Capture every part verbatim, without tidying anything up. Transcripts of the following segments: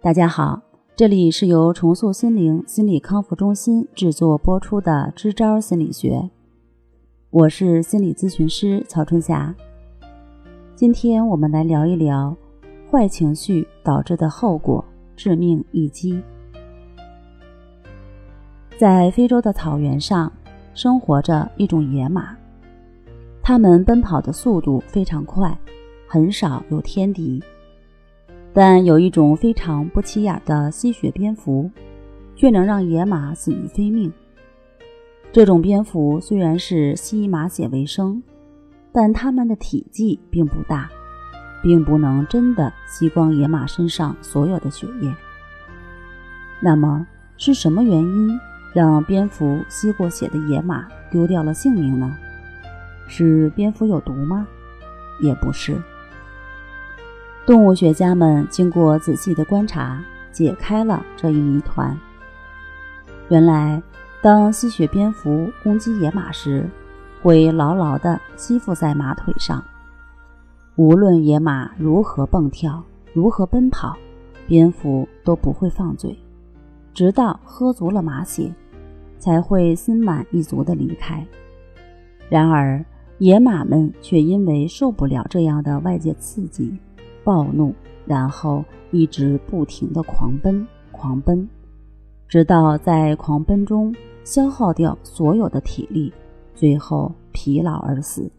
大家好，这里是由重塑心灵心理康复中心制作播出的支招心理学，我是心理咨询师曹春霞。今天我们来聊一聊坏情绪导致的后果，致命一击。在非洲的草原上生活着一种野马，它们奔跑的速度非常快，很少有天敌。但有一种非常不起眼的吸血蝙蝠，却能让野马死于非命。这种蝙蝠虽然是吸马血为生，但它们的体积并不大，并不能真的吸光野马身上所有的血液。那么是什么原因让蝙蝠吸过血的野马丢掉了性命呢？是蝙蝠有毒吗？也不是。动物学家们经过仔细的观察，解开了这一谜团。原来，当吸血蝙蝠攻击野马时，会牢牢地吸附在马腿上。无论野马如何蹦跳，如何奔跑，蝙蝠都不会放嘴，直到喝足了马血，才会心满意足地离开。然而，野马们却因为受不了这样的外界刺激，暴怒，然后一直不停地狂奔狂奔，直到在狂奔中消耗掉所有的体力，最后疲劳而死。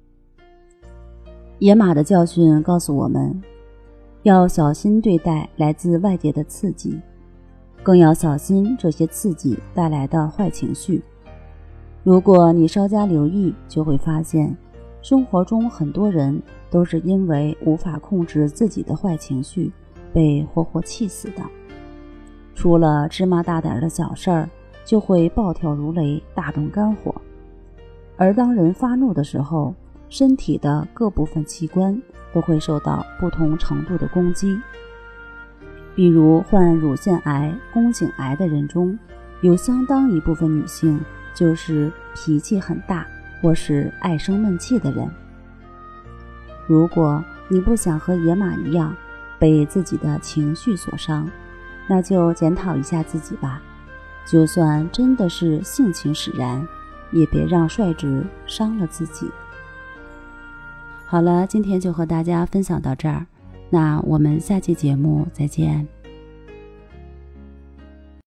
野马的教训告诉我们，要小心对待来自外界的刺激，更要小心这些刺激带来的坏情绪。如果你稍加留意，就会发现生活中很多人都是因为无法控制自己的坏情绪，被活活气死的。出了芝麻大点的小事儿，就会暴跳如雷，大动肝火。而当人发怒的时候，身体的各部分器官都会受到不同程度的攻击。比如患乳腺癌、宫颈癌的人中，有相当一部分女性就是脾气很大或是爱生闷气的人。如果你不想和野马一样被自己的情绪所伤，那就检讨一下自己吧。就算真的是性情使然，也别让率直伤了自己。好了，今天就和大家分享到这儿，那我们下期节目再见。